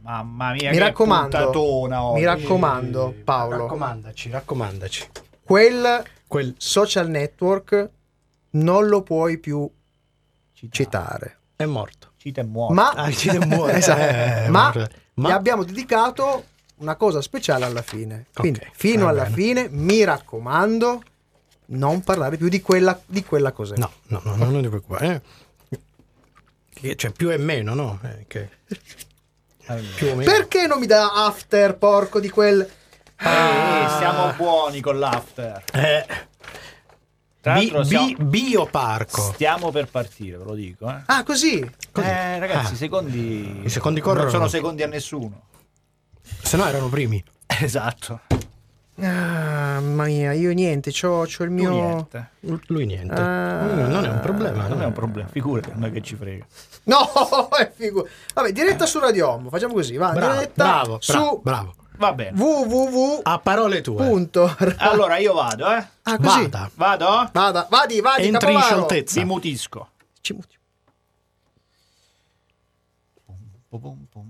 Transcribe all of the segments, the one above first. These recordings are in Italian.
Mamma mia, mi che raccomando, puntatona oggi. mi raccomando, Paolo. Raccomandaci. Quel social network non lo puoi più citare. È morto. Cita e muore. Ma esatto. Ma gli Ma abbiamo dedicato una cosa speciale alla fine. Quindi Ok, fino va alla bene. fine, mi raccomando, non parlare più di quella cosa. no, non ti preoccupare. Che c'è più e meno, no? Che più o meno. Perché non mi dà after, porco di quel... Siamo buoni con l'after. Tra l'altro Bioparco. stiamo per partire, ve lo dico. Ah, così? Ragazzi, I secondi corrono. non sono secondi a nessuno. Se no erano primi. Esatto. Ah, mamma mia, io niente, c'ho il Tu mio... niente. Lui niente. Non è un problema. Non è un problema, figurati, a noi che ci frega. No, è vabbè, diretta su Radio Home, facciamo così, va, diretta su bravo. Va bene. www. A parole tue. Allora io vado, Ah, così? Vada. Vado? Vadi, Entri in Capovaro. scioltezza. Vi mutisco. Ci muti. Pum, pum, pum.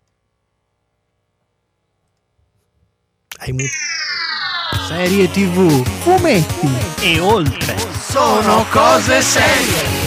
Serie TV, fumetti E oltre. sono cose serie.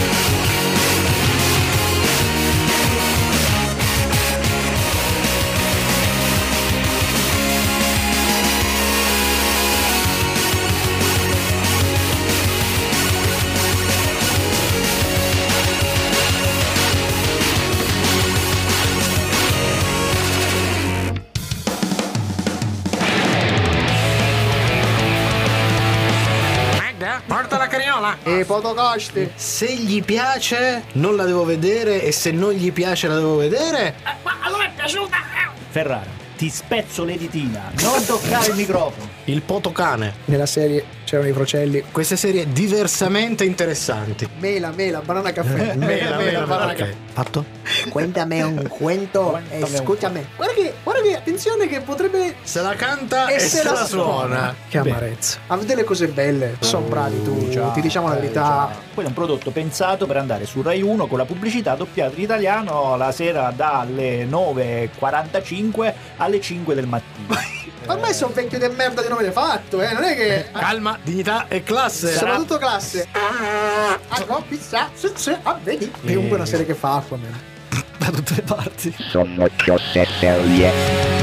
Porta la cariola. E Potocosti. Se gli piace non la devo vedere e se non gli piace la devo vedere. Ferrara, ti spezzo le ditina. Non toccare il microfono. Il potocane. Nella serie c'erano i frocelli. Queste serie diversamente interessanti. Mela, banana caffè. Mela, banana Ok, caffè. fatto? Cuéntame un cuento e scúchame. Guarda che, attenzione che potrebbe... Se la canta E e, se la suona. Che Bene. amarezza. Ha delle cose belle. Sono bravi tu, Già, ti diciamo la verità. già. Quello è un prodotto pensato per andare su Rai 1 con la pubblicità doppiata in italiano la sera dalle 9:45 alle 5 del mattino. Ormai sono vecchio di merda di nome l'hai fatto, non è che... Calma, dignità e classe. Soprattutto classe. No, pizza. Vedi? È comunque una serie che fa acqua, Da tutte le parti. Sono cose serie.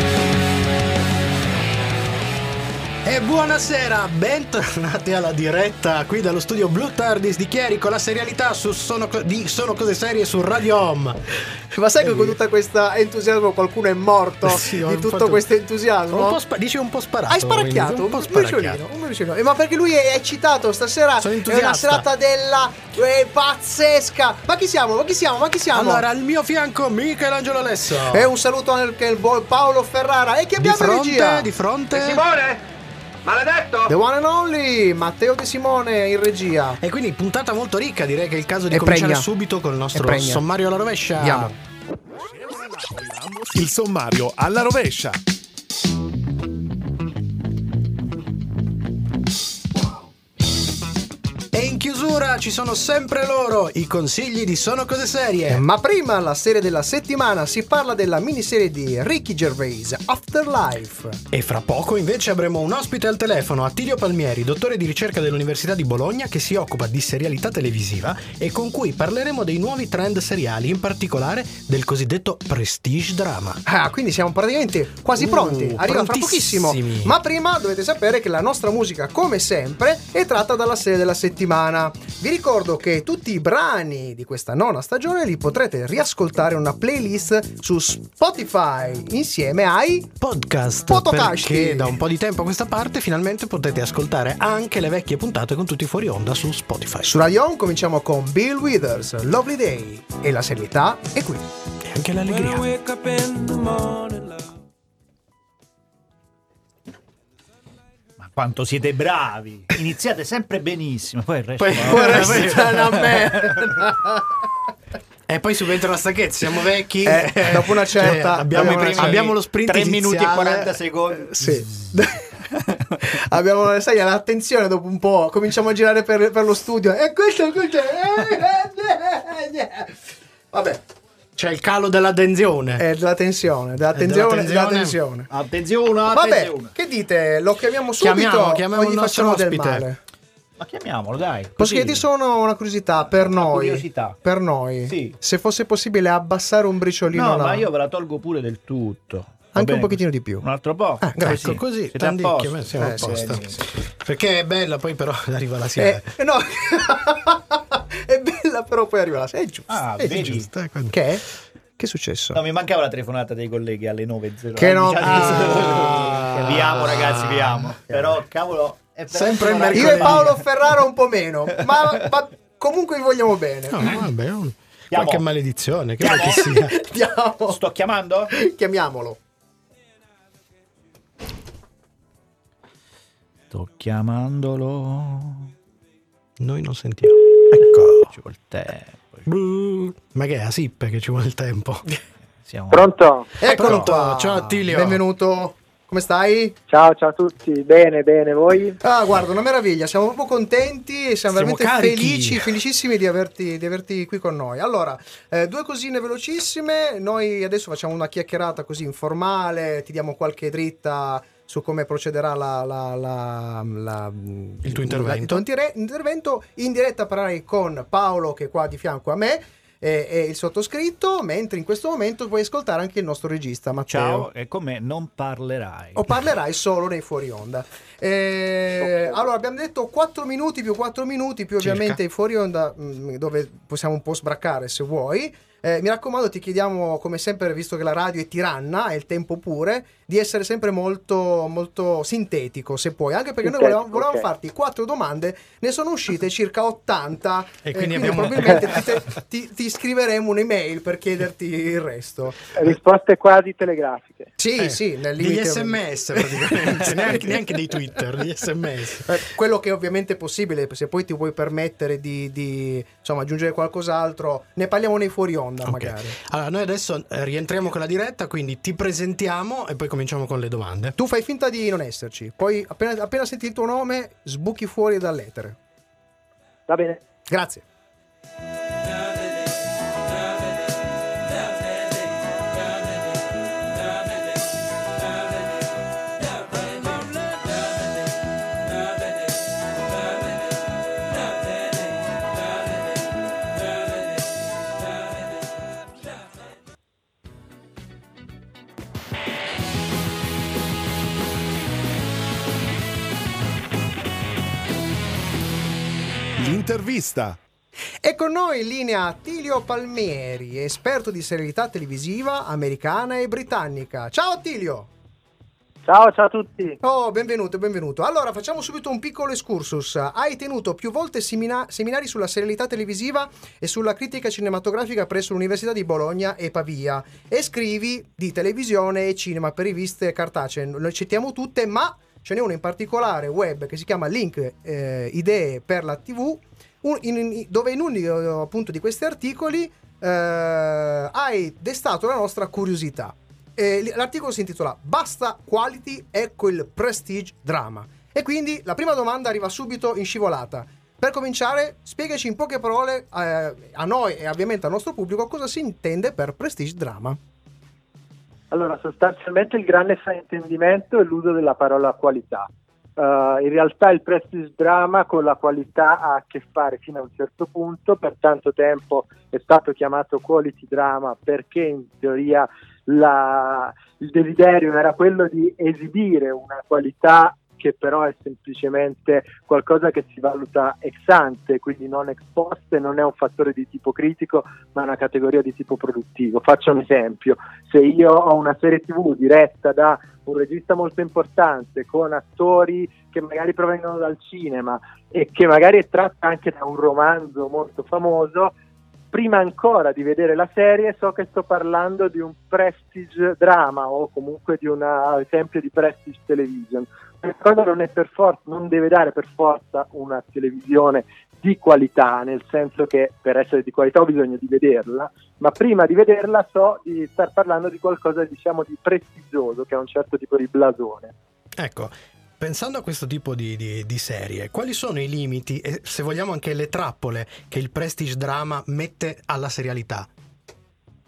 E buonasera, bentornati alla diretta qui dallo studio Blue Tardis di Chieri con la serialità su Sono cose serie su Radio Home. Ma sai che con tutta questa entusiasmo qualcuno è morto Sì, ho di tutto fatto- questo entusiasmo? Dici un po' sparato. Hai sparacchiato un po' un sparacchiato. briciolino. Ma perché lui è eccitato stasera? Sono È una entusiasta. serata della pazzesca. Ma chi siamo? Allora, al mio fianco Michelangelo Alesso. E un saluto anche al buon Paolo Ferrara. E chi di abbiamo in regia? di fronte. Simone! Maledetto! The one and only Matteo De Simone in regia. E quindi puntata molto ricca, direi che è il caso di E cominciare pregna. subito con il nostro E pregna. sommario alla rovescia. Andiamo. Il sommario alla rovescia. E in chiusura ci sono sempre loro, i consigli di Sono cose serie. Ma prima la serie della settimana si parla della miniserie di Ricky Gervais, Afterlife. E fra poco invece avremo un ospite al telefono, Attilio Palmieri, dottore di ricerca dell'Università di Bologna che si occupa di serialità televisiva e con cui parleremo dei nuovi trend seriali, in particolare del cosiddetto prestige drama. Ah, quindi siamo praticamente quasi pronti. Arriva fra pochissimo. prontissimi. Ma prima dovete sapere che la nostra musica, come sempre, è tratta dalla serie della settimana. Vi ricordo che tutti i brani di questa nona stagione li potrete riascoltare in una playlist su Spotify insieme ai Podcast, Potocasti. perché da un po' di tempo a questa parte finalmente potete ascoltare anche le vecchie puntate con tutti fuori onda su Spotify. Su Radio Home cominciamo con Bill Withers, Lovely Day, e la serietà è qui. E anche l'allegria. Ma quanto siete bravi! Iniziate sempre benissimo, poi il resto. Poi resta una merda. E poi subentra la stacchezza, siamo vecchi. Dopo una certa abbiamo lo sprint 3 minuti e iniziale. 40 secondi. Sì. Abbiamo, sai, l'attenzione dopo un po'. Cominciamo a girare per lo studio. E questo. Vabbè. C'è il calo della tensione. Della tensione. Attenzione. Vabbè, che dite? Lo chiamiamo subito chiamiamo o gli il nostro facciamo del ospite. male? Ma chiamiamolo, dai. Posso chiederti solo una curiosità per noi? Curiosità. Per noi. Sì. Se fosse possibile abbassare un briciolino No, là. ma io ve la tolgo pure del tutto. Va Anche bene? un pochettino di più. Un altro po'. Grazie. Ecco, così, Siete a tandicchia, posto? siamo a Sì, posto. sì. Perché è bella, poi però arriva la sera. No. È bella, però poi arriva la sera. È giusto. Ah, è vedi? giusto. Che è? Che è successo? No, mi mancava la telefonata dei colleghi alle 9.00. Che no. Vi amo, ragazzi, vi amo. Però, cavolo, è Sempre il veramente Io e Paolo Ferrara un po' meno, ma comunque vi vogliamo bene. No, vabbè, qualche maledizione, che Chiamo? vuoi che sia. Andiamo. Sto chiamando? Chiamiamolo. Sto chiamandolo. Noi non sentiamo. Ecco. Ci vuole tempo. Ma che è a Sippe che ci vuole il tempo. Siamo... Pronto? Eccolo Pronto? qua. Ciao, Attilio. Benvenuto. Come stai? Ciao a tutti, bene, voi? Ah, guarda, una meraviglia, siamo proprio contenti e siamo veramente carichi. felicissimi di averti qui con noi. Allora, due cosine velocissime, noi adesso facciamo una chiacchierata così informale, ti diamo qualche dritta su come procederà il tuo intervento. intervento. In diretta parlerai con Paolo, che è qua di fianco a me, e il sottoscritto, mentre in questo momento puoi ascoltare anche il nostro regista Matteo. Ciao, e con me non parlerai. O parlerai solo nei fuori onda. Allora abbiamo detto 4 minuti più ovviamente i fuori onda, dove possiamo un po' sbraccare se vuoi. Mi raccomando, ti chiediamo come sempre, visto che la radio è tiranna e il tempo pure, di essere sempre molto, molto sintetico se puoi, anche perché noi volevamo farti 4 domande, ne sono uscite circa 80 e quindi abbiamo... probabilmente ti scriveremo un'email per chiederti il resto. Risposte quasi telegrafiche. Sì, nel limite degli SMS praticamente, neanche dei Twitter, degli SMS. Quello che ovviamente è possibile, se poi ti vuoi permettere di insomma aggiungere qualcos'altro, ne parliamo nei fuori onda. Okay. Magari. Allora, noi adesso rientriamo con la diretta, quindi ti presentiamo e poi cominciamo con le domande. Tu fai finta di non esserci, poi appena senti il tuo nome sbuchi fuori dall'etere. Va bene. Grazie. L'intervista. E con noi in linea Attilio Palmieri, esperto di serialità televisiva americana e britannica. Ciao Attilio! Ciao a tutti. Oh, benvenuto. Allora, facciamo subito un piccolo excursus. Hai tenuto più volte seminari sulla serialità televisiva e sulla critica cinematografica presso l'Università di Bologna e Pavia e scrivi di televisione e cinema per riviste cartacee. Noi citiamo tutte, ma ce n'è una in particolare web che si chiama Link Idee per la TV, dove in uno appunto di questi articoli hai destato la nostra curiosità. L'articolo si intitola Basta quality, ecco il prestige drama. E quindi la prima domanda arriva subito in scivolata. Per cominciare, spiegaci in poche parole a noi e ovviamente al nostro pubblico cosa si intende per prestige drama. Allora, sostanzialmente il grande fraintendimento è l'uso della parola qualità. In realtà il prestige drama con la qualità ha a che fare fino a un certo punto. Per tanto tempo è stato chiamato quality drama perché in teoria il desiderio era quello di esibire una qualità che però è semplicemente qualcosa che si valuta ex ante, quindi non ex post, e non è un fattore di tipo critico ma una categoria di tipo produttivo. Faccio un esempio: se io ho una serie TV diretta da un regista molto importante con attori che magari provengono dal cinema e che magari è tratta anche da un romanzo molto famoso, prima ancora di vedere la serie so che sto parlando di un prestige drama o comunque di un esempio di prestige television. Questa cosa non deve dare per forza una televisione di qualità, nel senso che per essere di qualità ho bisogno di vederla, ma prima di vederla so di star parlando di qualcosa, diciamo, di prestigioso, che ha un certo tipo di blasone. Ecco, pensando a questo tipo di serie, quali sono i limiti e, se vogliamo, anche le trappole che il prestige drama mette alla serialità?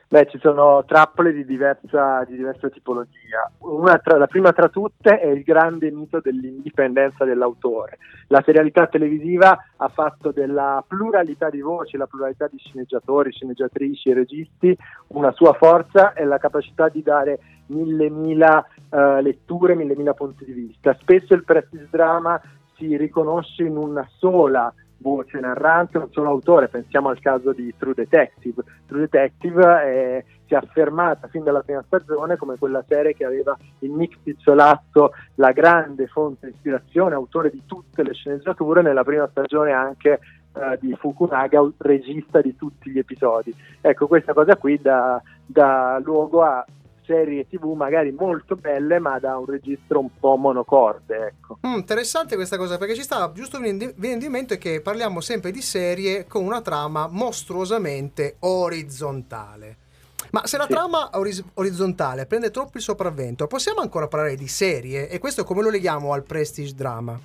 Beh, ci sono trappole di diversa tipologia. La prima tra tutte è il grande mito dell'indipendenza dell'autore. La serialità televisiva ha fatto della pluralità di voci, la pluralità di sceneggiatori, sceneggiatrici e registi una sua forza e la capacità di dare mille letture, mille punti di vista. Spesso il prestige drama si riconosce in una sola voce narrante, un solo autore. Pensiamo al caso di True Detective. True Detective si è affermata fin dalla prima stagione come quella serie che aveva in Nick Pizzolatto la grande fonte di ispirazione, autore di tutte le sceneggiature, nella prima stagione anche di Fukunaga, regista di tutti gli episodi. Ecco, questa cosa qui dà luogo a serie TV magari molto belle ma da un registro un po' monocorde, ecco. Interessante questa cosa, perché ci stava giusto venendo in mente che parliamo sempre di serie con una trama mostruosamente orizzontale. Ma se la trama orizzontale prende troppo il sopravvento, possiamo ancora parlare di serie? E questo come lo leghiamo al prestige drama?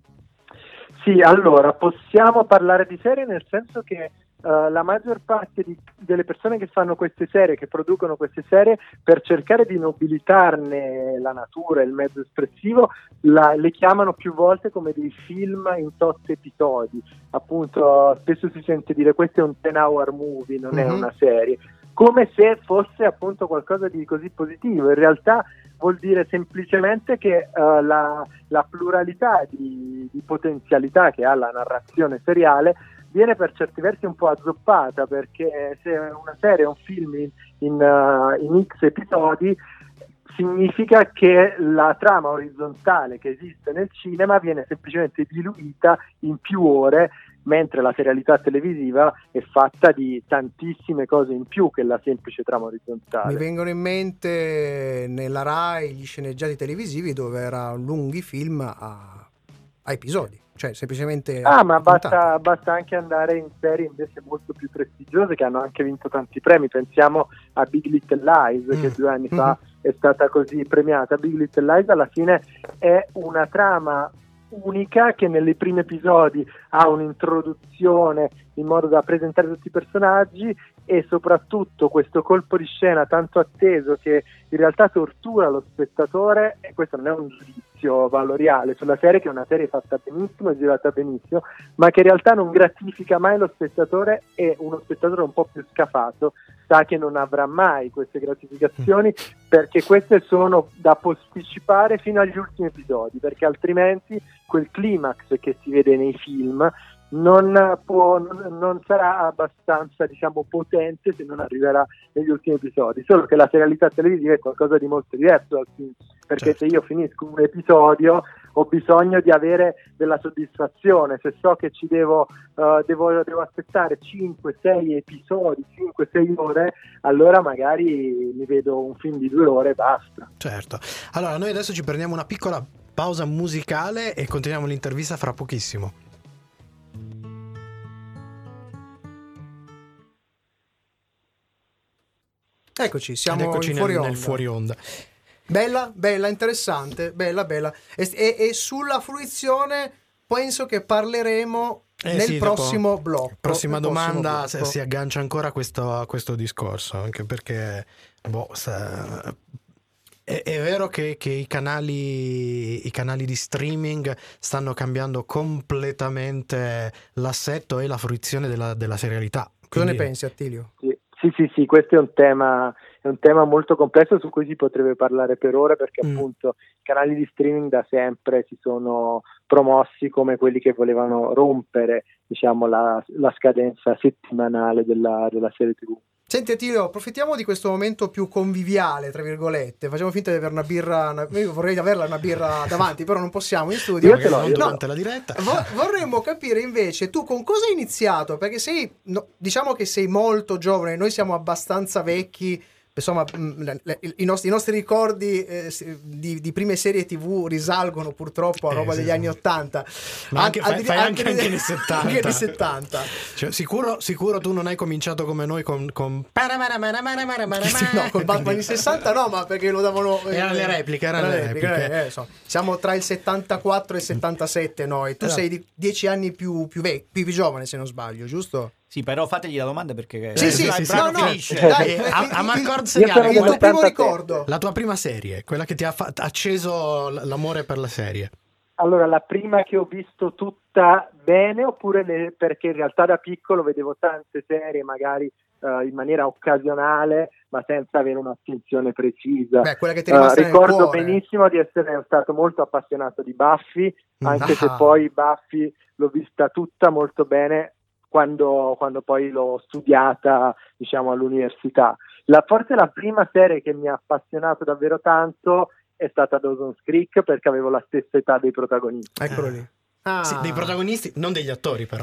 Sì, allora possiamo parlare di serie nel senso che la maggior parte delle persone che fanno queste serie, che producono queste serie, per cercare di nobilitarne la natura, il mezzo espressivo, le chiamano più volte come dei film in tot episodi. Appunto, spesso si sente dire questo è un 10-hour movie, non è una serie, come se fosse appunto qualcosa di così positivo. In realtà vuol dire semplicemente che la pluralità di potenzialità che ha la narrazione seriale viene per certi versi un po' azzoppata, perché se una serie è un film in X episodi, significa che la trama orizzontale che esiste nel cinema viene semplicemente diluita in più ore, mentre la serialità televisiva è fatta di tantissime cose in più che la semplice trama orizzontale. Mi vengono in mente nella Rai gli sceneggiati televisivi dove erano lunghi film a episodi, cioè semplicemente ma basta anche andare in serie invece molto più prestigiose che hanno anche vinto tanti premi. Pensiamo a Big Little Lies, che 2 anni fa è stata così premiata. Big Little Lies alla fine è una trama unica che nei primi episodi ha un'introduzione in modo da presentare tutti i personaggi e soprattutto questo colpo di scena tanto atteso che in realtà tortura lo spettatore, e questo non è un giudizio valoriale sulla serie, che è una serie fatta benissimo e girata benissimo, ma che in realtà non gratifica mai lo spettatore, e uno spettatore un po' più scafato sa che non avrà mai queste gratificazioni, perché queste sono da posticipare fino agli ultimi episodi, perché altrimenti quel climax che si vede nei film non sarà abbastanza, diciamo, potente se non arriverà negli ultimi episodi. Solo che la serialità televisiva è qualcosa di molto diverso dal film, perché se io finisco un episodio ho bisogno di avere della soddisfazione. Se so che ci devo aspettare 5-6 episodi, 5-6 ore, allora magari mi vedo un film di 2 ore e basta. Certo. Allora noi adesso ci prendiamo una piccola pausa musicale e continuiamo l'intervista fra pochissimo. Eccoci, siamo nel fuori onda. Bella, interessante, bella. E sulla fruizione penso che parleremo nel prossimo blocco. Prossima domanda si aggancia ancora a questo discorso, anche perché è vero che i canali di streaming stanno cambiando completamente l'assetto e la fruizione della serialità. Cosa ne pensi, Attilio? Sì, questo è un tema molto complesso su cui si potrebbe parlare per ore, perché appunto i canali di streaming da sempre si sono promossi come quelli che volevano rompere, diciamo, la scadenza settimanale della serie TV. Senti Attilio, approfittiamo di questo momento più conviviale, tra virgolette. Facciamo finta di avere una birra, io vorrei averla una birra davanti, però non possiamo in studio. Io ce l'ho durante la diretta. Vorremmo capire invece tu con cosa hai iniziato, perché diciamo che sei molto giovane, noi siamo abbastanza vecchi, insomma i nostri ricordi di prime serie TV risalgono purtroppo a roba degli anni 80, ma anche negli 70. Anche nei 70. Cioè, sicuro tu non hai cominciato come noi con no, col Batman anni 60 no, ma perché lo davano erano le repliche. Siamo tra il 74 e il 77 noi. Tu sei di 10 anni più giovane, se non sbaglio, giusto? Sì, però fategli la domanda perché Sì, il brano no, finisce. dai, a Marcord il seriale, tuo primo tanta ricordo. la tua prima serie, quella che ti ha acceso l'amore per la serie. Allora, la prima che ho visto tutta bene, oppure perché in realtà da piccolo vedevo tante serie, magari in maniera occasionale, ma senza avere un'attenzione precisa. Beh, quella che ti è rimasta nel Ricordo cuore. benissimo di essere stato molto appassionato di Buffy, anche se Ah. poi Buffy l'ho vista tutta molto bene quando poi l'ho studiata, diciamo, all'università. Forse la prima serie che mi ha appassionato davvero tanto è stata Dawson's Creek, perché avevo la stessa età dei protagonisti. Eccolo lì. Ah. Sì, dei protagonisti, non degli attori però.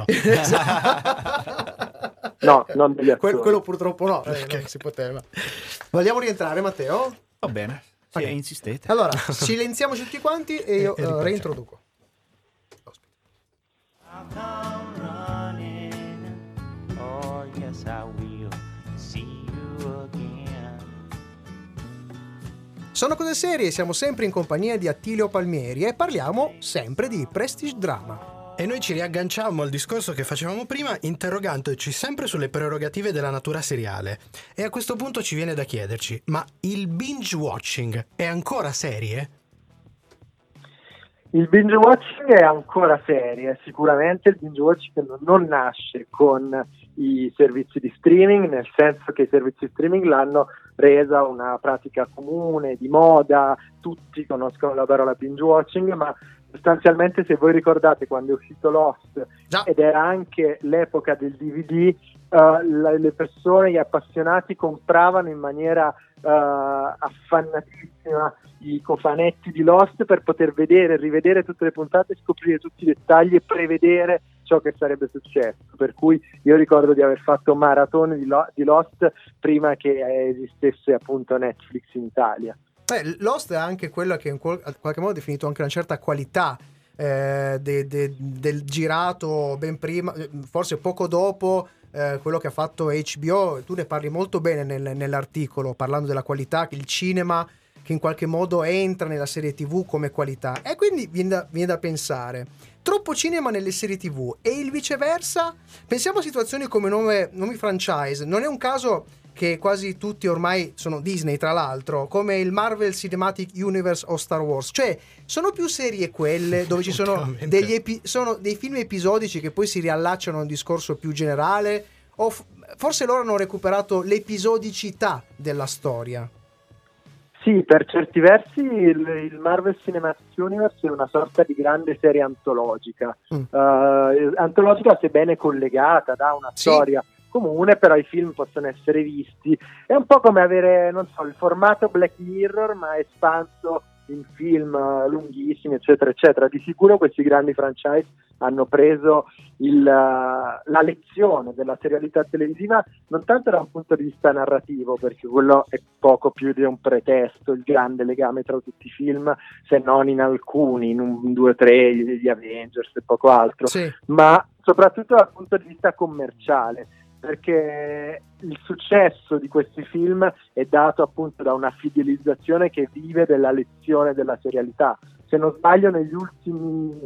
No, non degli attori. Quello purtroppo no, non si poteva. Vogliamo rientrare, Matteo? Va bene, sì, Ok. insistete. Allora, silenziamoci tutti quanti e io ripartiamo. reintroduco. Oh, yes, I will see you again. Sono cose serie, siamo sempre in compagnia di Attilio Palmieri e parliamo sempre di Prestige Drama. E noi ci riagganciamo al discorso che facevamo prima, interrogandoci sempre sulle prerogative della natura seriale. E a questo punto ci viene da chiederci, ma il binge watching è ancora serie? Il binge watching è ancora serie, sicuramente il binge watching non nasce con i servizi di streaming, nel senso che i servizi di streaming l'hanno resa una pratica comune, di moda, tutti conoscono la parola binge watching, ma sostanzialmente, se voi ricordate quando è uscito Lost, Già. ed era anche l'epoca del DVD, le persone, gli appassionati compravano in maniera affannatissima i cofanetti di Lost per poter vedere, rivedere tutte le puntate, scoprire tutti i dettagli e prevedere ciò che sarebbe successo. Per cui io ricordo di aver fatto maratone di Lost prima che esistesse appunto Netflix in Italia. Lost è anche quella che in qualche modo ha definito anche una certa qualità del girato ben prima, forse poco dopo quello che ha fatto HBO. Tu ne parli molto bene nell'articolo, parlando della qualità, che il cinema che in qualche modo entra nella serie TV come qualità, e quindi viene da pensare troppo cinema nelle serie TV e il viceversa. Pensiamo a situazioni come nomi franchise. Non è un caso che quasi tutti ormai sono Disney, tra l'altro, come il Marvel Cinematic Universe o Star Wars. Cioè, sono più serie quelle dove ci sono sono dei film episodici che poi si riallacciano a un discorso più generale, o forse loro hanno recuperato l'episodicità della storia. Sì, per certi versi il Marvel Cinematic Universe è una sorta di grande serie antologica, antologica sebbene collegata da una storia comune, però i film possono essere visti. È un po' come avere, non so, il formato Black Mirror ma espanso in film lunghissimi, eccetera, eccetera. Di sicuro questi grandi franchise hanno preso la lezione della serialità televisiva non tanto da un punto di vista narrativo, perché quello è poco più di un pretesto, il grande legame tra tutti i film, se non in alcuni, in 2 o 3, gli Avengers e poco altro, ma soprattutto dal punto di vista commerciale, perché il successo di questi film è dato appunto da una fidelizzazione che vive della lezione della serialità. Se non sbaglio, negli ultimi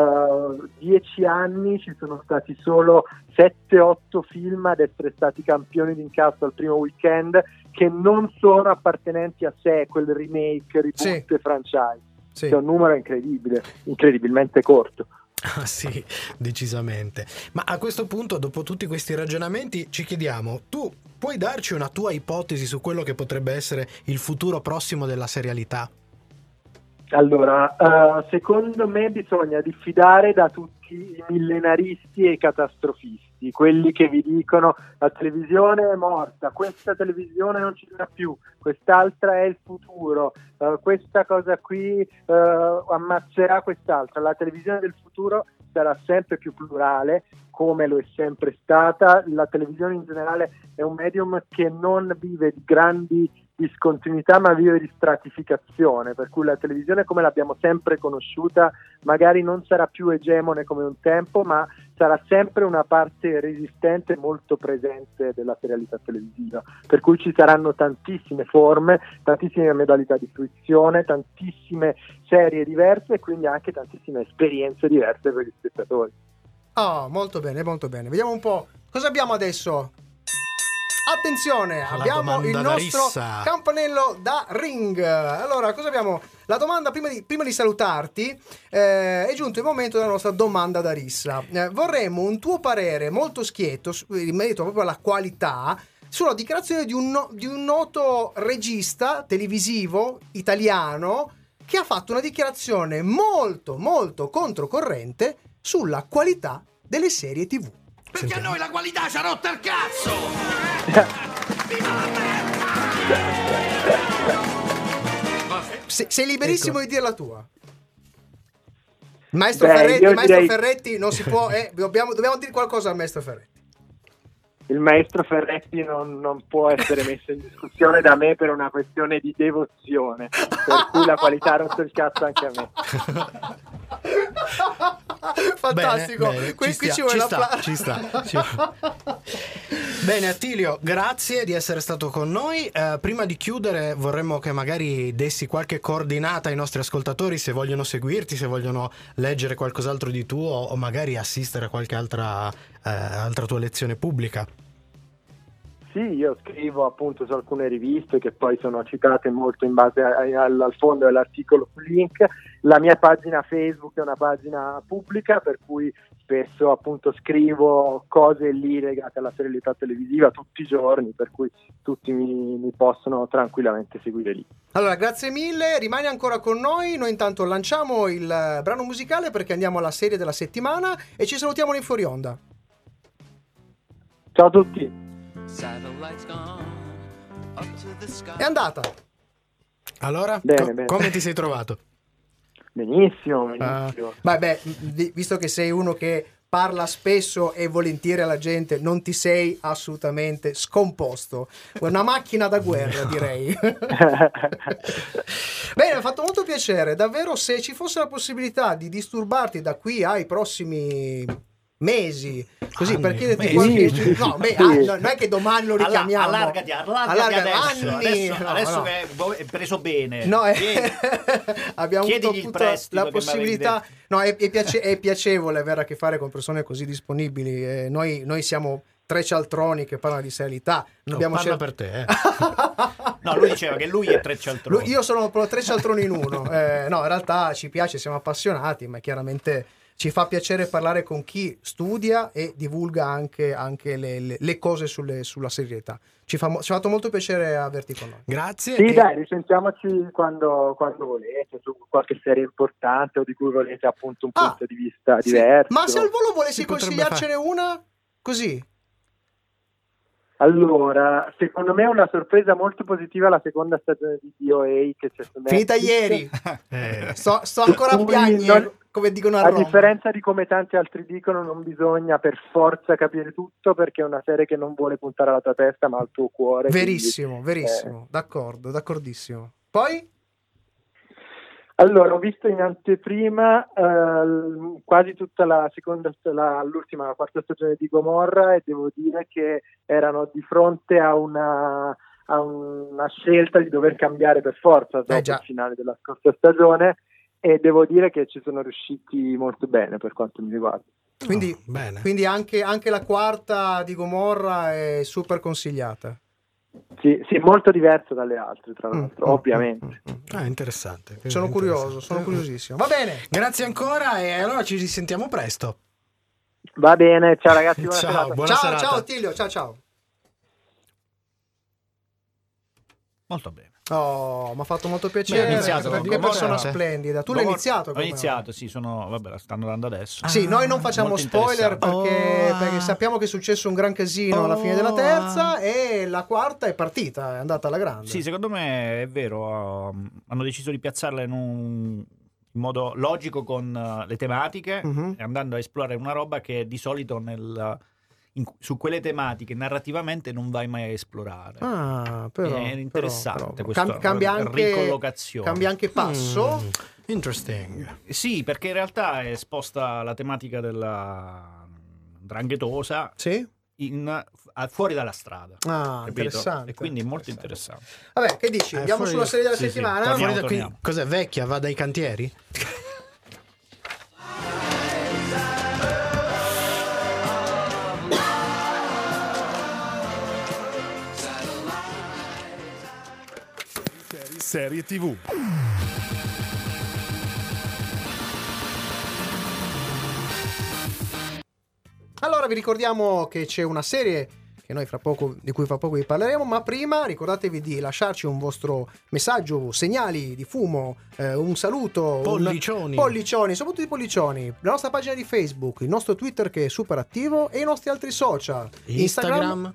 10 anni ci sono stati solo 7-8 film ad essere stati campioni di incasso al primo weekend, che non sono appartenenti a sequel, remake, reboot e franchise. È un numero incredibile, incredibilmente corto. Ah sì, decisamente. Ma a questo punto, dopo tutti questi ragionamenti, ci chiediamo, tu puoi darci una tua ipotesi su quello che potrebbe essere il futuro prossimo della serialità? Allora, secondo me bisogna diffidare da tutti i millenaristi e i catastrofisti, quelli che vi dicono la televisione è morta, questa televisione non ci sarà più, quest'altra è il futuro, questa cosa qui ammazzerà quest'altra. La televisione del futuro sarà sempre più plurale, come lo è sempre stata. La televisione in generale è un medium che non vive di grandi discontinuità, ma vive di stratificazione, per cui la televisione come l'abbiamo sempre conosciuta magari non sarà più egemone come un tempo, ma sarà sempre una parte resistente e molto presente della serialità televisiva, per cui ci saranno tantissime forme, tantissime modalità di fruizione, tantissime serie diverse e quindi anche tantissime esperienze diverse per gli spettatori. Molto bene, molto bene. Vediamo un po' Cosa abbiamo adesso? Attenzione, abbiamo il domanda da nostro rissa. campanello da ring. Allora, cosa abbiamo? La domanda, prima di salutarti, è giunto il momento della nostra domanda da rissa. Vorremmo un tuo parere molto schietto in merito proprio alla qualità sulla dichiarazione di un noto regista televisivo italiano che ha fatto una dichiarazione molto molto controcorrente sulla qualità delle serie TV. Perché a noi la qualità ci ha rotto il cazzo! Viva la merda! Sei liberissimo di dire la tua. Maestro Beh, Ferretti non si può, dobbiamo dire qualcosa al maestro Ferretti. Il maestro Ferretti non può essere messo in discussione da me per una questione di devozione, per cui la qualità ha rotto il cazzo anche a me. Fantastico. Bene, Qui ci vuole ci sta. Bene, Attilio, grazie di essere stato con noi. Prima di chiudere vorremmo che magari dessi qualche coordinata ai nostri ascoltatori, se vogliono seguirti, se vogliono leggere qualcos'altro di tuo o magari assistere a qualche altra tua lezione pubblica. Sì, io scrivo appunto su alcune riviste che poi sono citate molto in base al fondo dell'articolo su Link. La mia pagina Facebook è una pagina pubblica, per cui spesso appunto scrivo cose lì legate alla serialità televisiva tutti i giorni, per cui tutti mi possono tranquillamente seguire lì. Allora, grazie mille, rimani ancora con noi. Noi intanto lanciamo il brano musicale perché andiamo alla serie della settimana e ci salutiamo in fuori onda. Ciao a tutti. È andata. Allora, Bene. come ti sei trovato? Benissimo. Vabbè, visto che sei uno che parla spesso e volentieri alla gente, non ti sei assolutamente scomposto. Una macchina da guerra, direi. Bene, mi ha fatto molto piacere. Davvero, se ci fosse la possibilità di disturbarti da qui ai prossimi mesi, così Anni, per chiederti mesi. qualche non è che domani lo richiamiamo. Allargati adesso che è preso bene. No, abbiamo avuto Chiedigli il prestito la possibilità. No, è piacevole avere a che fare con persone così disponibili. Noi siamo tre cialtroni che parlano di serialità. Parla per te, No, lui diceva che lui è tre cialtroni. Io sono tre cialtroni in uno. No, in realtà ci piace, siamo appassionati, ma chiaramente ci fa piacere parlare con chi studia e divulga anche le cose sulla serietà. Ci ha fatto molto piacere averti con noi. Grazie. Sì, dai, risentiamoci quando volete, su qualche serie importante o di cui volete appunto un punto di vista diverso. Ma se al volo volessi Si potrebbe consigliarcene una, così? Allora, secondo me è una sorpresa molto positiva la seconda stagione di DOA che c'è su Netflix. Finita ieri. Sto ancora a piangere, come dicono a Roma. differenza di come tanti altri dicono, non bisogna per forza capire tutto, perché è una serie che non vuole puntare alla tua testa ma al tuo cuore. Verissimo, quindi, d'accordissimo. Poi? Allora, ho visto in anteprima quasi tutta la quarta stagione di Gomorra, e devo dire che erano di fronte a una scelta di dover cambiare per forza dopo il finale della scorsa stagione, e devo dire che ci sono riusciti molto bene per quanto mi riguarda. Quindi anche la quarta di Gomorra è super consigliata. Sì, molto diverso dalle altre, tra l'altro, ovviamente. Interessante. Sono curioso, sono curiosissimo. Va bene. Grazie ancora e allora ci risentiamo presto. Va bene, ciao ragazzi, buona Ciao, serata. buona serata. Ciao Attilio, ciao. Molto bene. Oh, mi ha fatto molto piacere. Ho iniziato con che persona Gomorra. splendida. Tu l'hai iniziato? Ho iniziato, sì, vabbè, la stanno dando adesso. Sì, noi non facciamo Molto spoiler interessante. perché sappiamo che è successo un gran casino alla fine della terza, e la quarta è partita, è andata alla grande. Sì, secondo me è vero. Hanno deciso di piazzarla in modo logico con le tematiche, e andando a esplorare una roba che di solito su quelle tematiche narrativamente non vai mai a esplorare. Però, è interessante però. questa ricollocazione. Cambia anche passo. Interesting. Sì, perché in realtà è esposta la tematica della 'ndranghetosa fuori dalla strada. Capito? Interessante. E quindi è molto interessante. Vabbè, che dici? Andiamo sulla serie della settimana? Torniamo. Cos'è, vecchia? Va dai cantieri? Serie TV. Allora vi ricordiamo che c'è una serie che noi di cui fra poco vi parleremo, ma prima ricordatevi di lasciarci un vostro messaggio, segnali di fumo, un saluto, pollicioni, soprattutto i pollicioni, la nostra pagina di Facebook, il nostro Twitter che è super attivo e i nostri altri social, Instagram.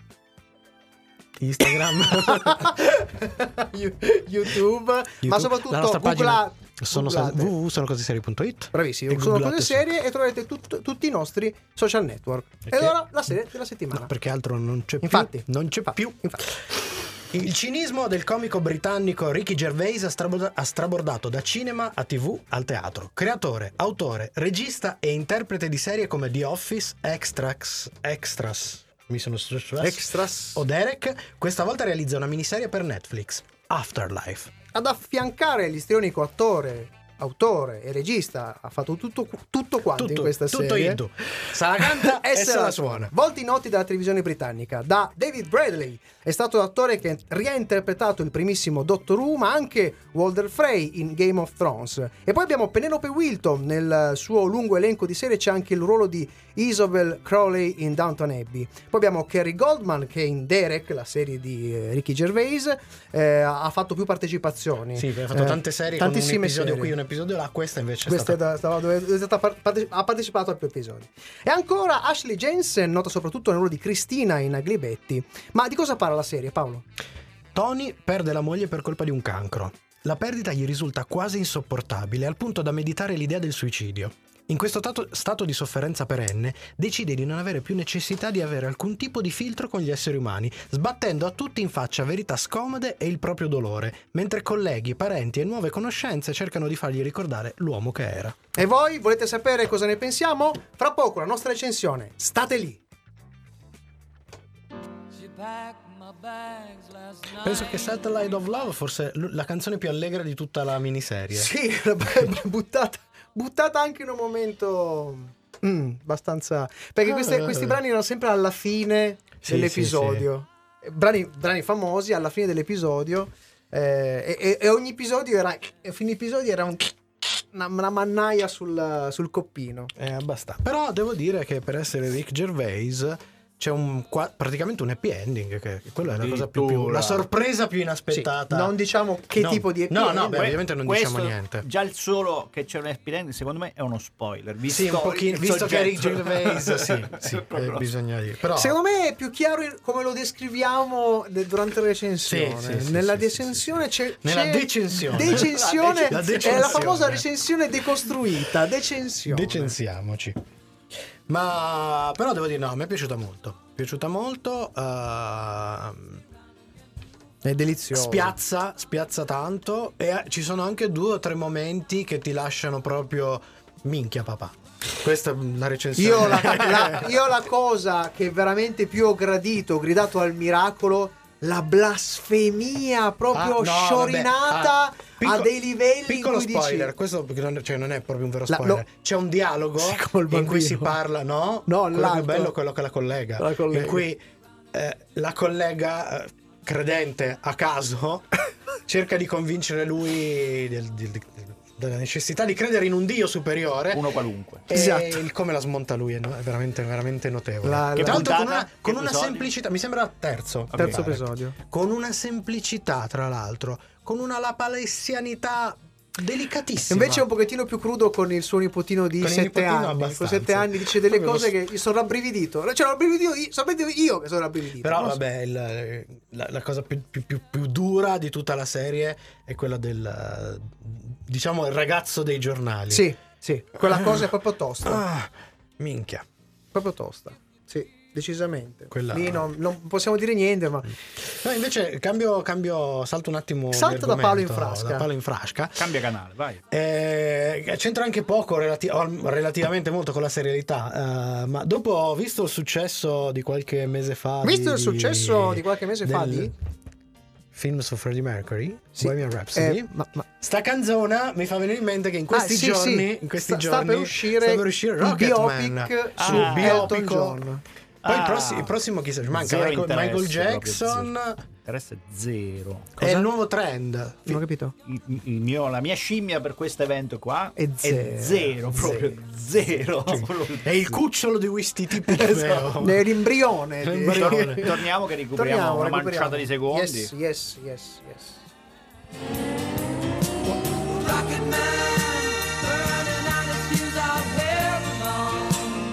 YouTube, ma soprattutto la nostra pagina sono www.sonocoseserie.it. Bravissimi, sono cose serie e troverete tutti i nostri social network. E allora la serie della settimana. No, perché altro non c'è infatti, più. Non c'è più. Infatti. Il cinismo del comico britannico Ricky Gervais ha strabordato da cinema a TV al teatro. Creatore, autore, regista e interprete di serie come The Office, Extras o Derek, questa volta realizza una miniserie per Netflix, Afterlife. Ad affiancare l'istrionico autore e regista ha fatto tutto quanto in questa serie. Tutto se la canta e se la suona. Volti noti dalla televisione britannica. Da David Bradley è stato l'attore che ha interpretato il primissimo Doctor Who, ma anche Walder Frey in Game of Thrones. E poi abbiamo Penelope Wilton. Nel suo lungo elenco di serie c'è anche il ruolo di Isobel Crowley in Downton Abbey. Poi abbiamo Kerry Goldman che in Derek, la serie di Ricky Gervais, ha fatto più partecipazioni. Sì, ha fatto tante serie, tantissime, con un episodio qui, un episodio là. Questa invece ha partecipato a più episodi. E ancora Ashley Jensen, nota soprattutto nel ruolo di Cristina in Ugly Betty. Ma di cosa parla la serie, Paolo? Tony perde la moglie per colpa di un cancro. La perdita gli risulta quasi insopportabile, al punto da meditare l'idea del suicidio. In questo stato di sofferenza perenne, decide di non avere più necessità di avere alcun tipo di filtro con gli esseri umani, sbattendo a tutti in faccia verità scomode e il proprio dolore, mentre colleghi, parenti e nuove conoscenze cercano di fargli ricordare l'uomo che era. E voi volete sapere cosa ne pensiamo? Fra poco la nostra recensione. State lì! Penso che Satellite of Love forse la canzone più allegra di tutta la miniserie. Sì, buttata anche in un momento abbastanza, perché questi brani erano sempre alla fine dell'episodio. Sì. Brani famosi alla fine dell'episodio, e ogni episodio fine episodio era una mannaia sul coppino. Abbastanza. Però devo dire che per essere Rick Gervais c'è praticamente un happy ending, che quella è la cosa più la sorpresa più inaspettata. Sì, non diciamo che tipo di happy ending. No, ovviamente non diciamo niente. Già il solo che c'è un happy ending secondo me è uno spoiler, visto che Rick Gervais sì, bisogna dire. Però secondo me è più chiaro come lo descriviamo durante la recensione. Nella decensione c'è nella decensione è la famosa recensione decostruita. Decensiamoci. Ma però devo dire, no, mi è piaciuta molto. È delizioso. Spiazza tanto, e ci sono anche 2 o 3 momenti che ti lasciano proprio minchia papà. Questa è la recensione. Io la cosa che veramente più ho gridato al miracolo, la blasfemia proprio sciorinata a dei livelli piccolo in cui spoiler, dici... questo non è proprio un vero spoiler. C'è un dialogo in cui si parla, quello più bello è quello che la collega. In cui la collega credente a caso cerca di convincere lui della necessità di credere in un dio superiore, uno qualunque. Esatto. Come la smonta lui è veramente, veramente notevole. Che tra l'altro con una semplicità, mi sembra terzo episodio, con una semplicità, tra l'altro, con una lapalessianità delicatissima. Invece è un pochettino più crudo con il suo nipotino di 7 anni. Con 7 anni dice delle cose che mi sono rabbrividito. Cioè, sapete io che sono rabbrividito. Però vabbè, la cosa più dura di tutta la serie è quella del diciamo il ragazzo dei giornali. Sì, quella cosa è proprio tosta. Minchia. Proprio tosta. Sì, decisamente. Quella... Lì non possiamo dire niente, ma no, invece cambio, salto un attimo. Salta da palo in frasca. Cambia canale, vai. C'entra anche poco, relativamente molto con la serialità, ma dopo, visto il successo di qualche mese fa, di film su Freddie Mercury, Bohemian Rhapsody, ma sta canzone mi fa venire in mente che in questi giorni sta per uscire Rocketman biopic su Elton John. Poi il prossimo chi sa? Manca Michael Jackson. Interesse zero. È il nuovo trend. Non ho capito. La mia scimmia per questo evento qua è zero, proprio zero. È il cucciolo di questi tipi che esatto. È l'embrione. Torniamo che recuperiamo una manciata di secondi. Yes. Rocket Man, burning out his fuse out here alone.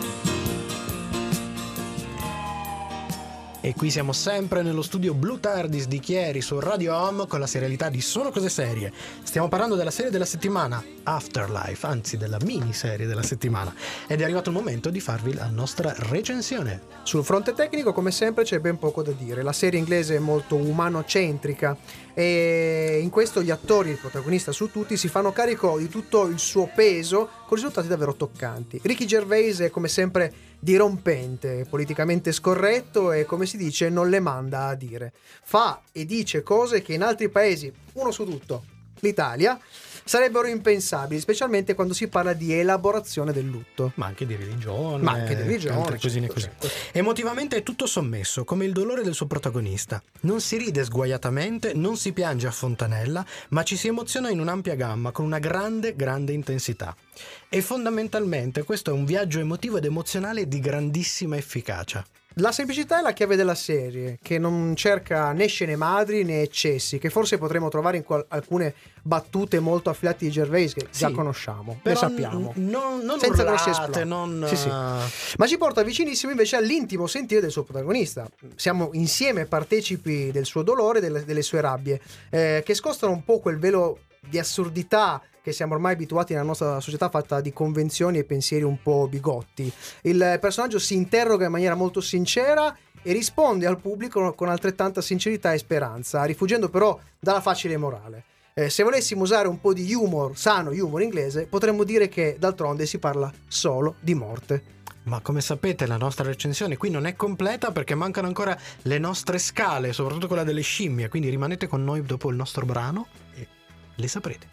E qui siamo sempre nello studio Blue Tardis di Chieri su Radio Home con la serialità di Sono Cose Serie. Stiamo parlando della serie della settimana Afterlife, anzi della miniserie della settimana, ed è arrivato il momento di farvi la nostra recensione. Sul fronte tecnico, come sempre, c'è ben poco da dire. La serie inglese è molto umanocentrica e in questo gli attori, il protagonista su tutti, si fanno carico di tutto il suo peso con risultati davvero toccanti. Ricky Gervais è come sempre dirompente, politicamente scorretto e, come si dice, non le manda a dire. Fa e dice cose che in altri paesi, uno su tutto, l'Italia, sarebbero impensabili, specialmente quando si parla di elaborazione del lutto. Ma anche di religione. Altre cosine certo, così. certo. Emotivamente è tutto sommesso, come il dolore del suo protagonista. Non si ride sguaiatamente, non si piange a fontanella, ma ci si emoziona in un'ampia gamma, con una grande intensità. E fondamentalmente questo è un viaggio emotivo ed emozionale di grandissima efficacia. La semplicità è la chiave della serie, che non cerca né scene madri né eccessi, che forse potremo trovare in alcune battute molto affilate di Gervais che già conosciamo, ne sappiamo. Non senza urlate, grossi esplodi. non... Sì. Ma ci porta vicinissimo invece all'intimo sentire del suo protagonista. Siamo insieme partecipi del suo dolore, delle sue rabbie, che scostano un po' quel velo di assurdità che siamo ormai abituati nella nostra società fatta di convenzioni e pensieri un po' bigotti. Il personaggio si interroga in maniera molto sincera e risponde al pubblico con altrettanta sincerità e speranza, rifuggendo però dalla facile morale. Se volessimo usare un po' di humor, sano humor inglese, potremmo dire che d'altronde si parla solo di morte. Ma come sapete la nostra recensione qui non è completa perché mancano ancora le nostre scale, soprattutto quella delle scimmie, quindi rimanete con noi dopo il nostro brano e le saprete.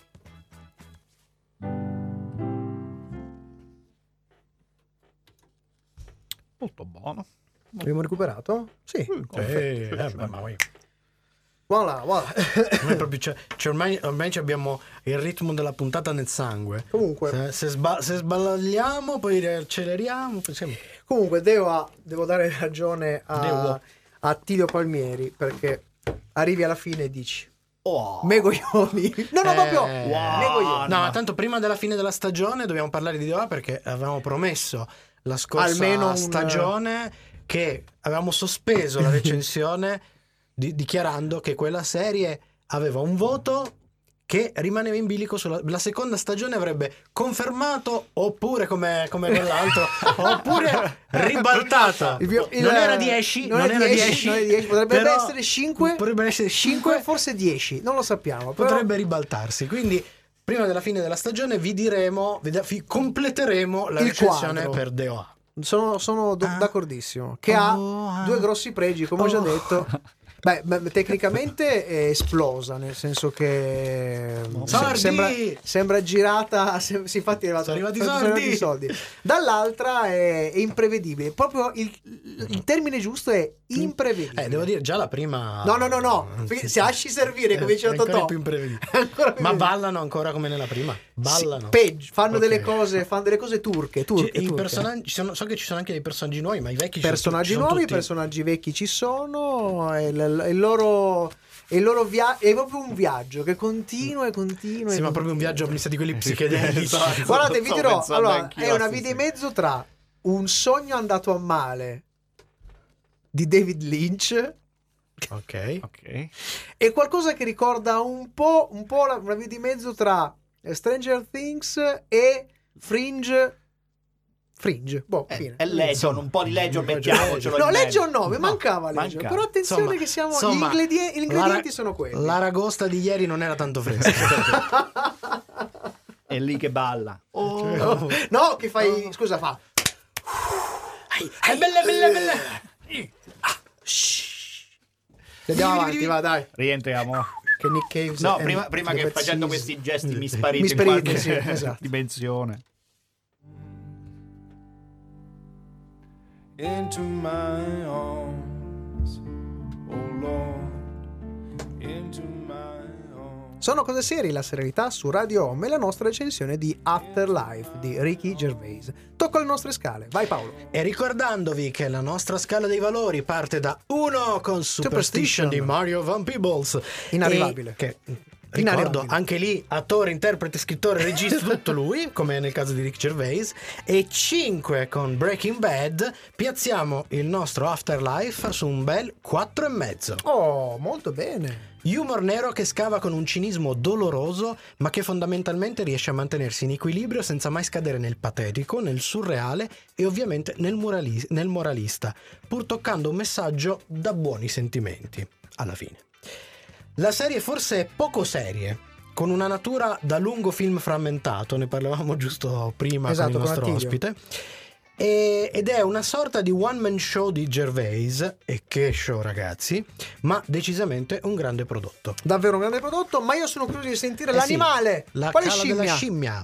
Molto buono. Abbiamo recuperato? Sì. Voilà. Ormai abbiamo il ritmo della puntata nel sangue. Comunque, se sbagliamo, poi riacceleriamo. Comunque, devo dare ragione a Tilio Palmieri, perché arrivi alla fine e dici: Megoglioni. Proprio Megoglioni. No, tanto prima della fine della stagione dobbiamo parlare di DOA perché avevamo promesso la scorsa almeno stagione che avevamo sospeso la recensione dichiarando che quella serie aveva un voto che rimaneva in bilico la seconda stagione avrebbe confermato oppure come quell'altro oppure ribaltato. Non era 10, potrebbe essere 5, forse 10, non lo sappiamo, però potrebbe ribaltarsi. Quindi prima della fine della stagione vi diremo, completeremo la recensione per DOA. Sono d'accordissimo, che ha due grossi pregi, come ho già detto. Beh, tecnicamente è esplosa, nel senso che sembra girata, infatti sono arrivati i soldi. Dall'altra è imprevedibile, proprio il termine giusto è imprevedibile. Devo dire, già la prima no, se lasci servire come dice Totò, più imprevedibile. Ma ballano ancora come nella prima? Ballano. Sì, peggio, fanno delle cose turche. I personaggi, so che ci sono anche dei personaggi nuovi, ma i vecchi personaggi nuovi, tutti... personaggi vecchi ci sono, il loro viaggio è proprio un viaggio che continua. Sì, ma proprio un viaggio di quelli psichedelici. Guardate, vi dirò, allora, è una via di mezzo tra Un sogno andato a male di David Lynch, ok, e qualcosa che ricorda un po' una via di mezzo tra Stranger Things e Fringe. Fine. È Legion, un po' di Legion mettiamocelo. No, Legion no, mi mancava Legion. Però attenzione che siamo gli ingredienti sono quelli. L'aragosta di ieri non era tanto fresca. È lì che balla. No, che fai, scusa, fa. È bella. Andiamo avanti, va, dai. Rientriamo. Che Nick Cave. No, prima che facendo questi gesti mi sparite in qualche dimensione. into my arms, oh Lord, into my arms. Sono cose serie, la serialità su Radio Home e la nostra recensione di Afterlife di Ricky Gervais. Tocco le nostre scale, vai Paolo. E ricordandovi che la nostra scala dei valori parte da 1 con Superstition di Mario Van Peebles. Inarrivabile. Che ricordo anche lì attore, interprete, scrittore, regista, tutto lui, come nel caso di Rick Gervais. E 5 con Breaking Bad. Piazziamo il nostro Afterlife su un bel 4,5. Oh, molto bene. Humor nero che scava con un cinismo doloroso, ma che fondamentalmente riesce a mantenersi in equilibrio senza mai scadere nel patetico, nel surreale e ovviamente nel moralista, pur toccando un messaggio da buoni sentimenti, alla fine. La serie forse è poco serie, con una natura da lungo film frammentato, ne parlavamo giusto prima con il nostro ospite. Ed è una sorta di one man show di Gervais, e che show ragazzi, ma decisamente un grande prodotto. Davvero un grande prodotto, ma io sono curioso di sentire l'animale. Sì, la quale cala scimmia? della scimmia.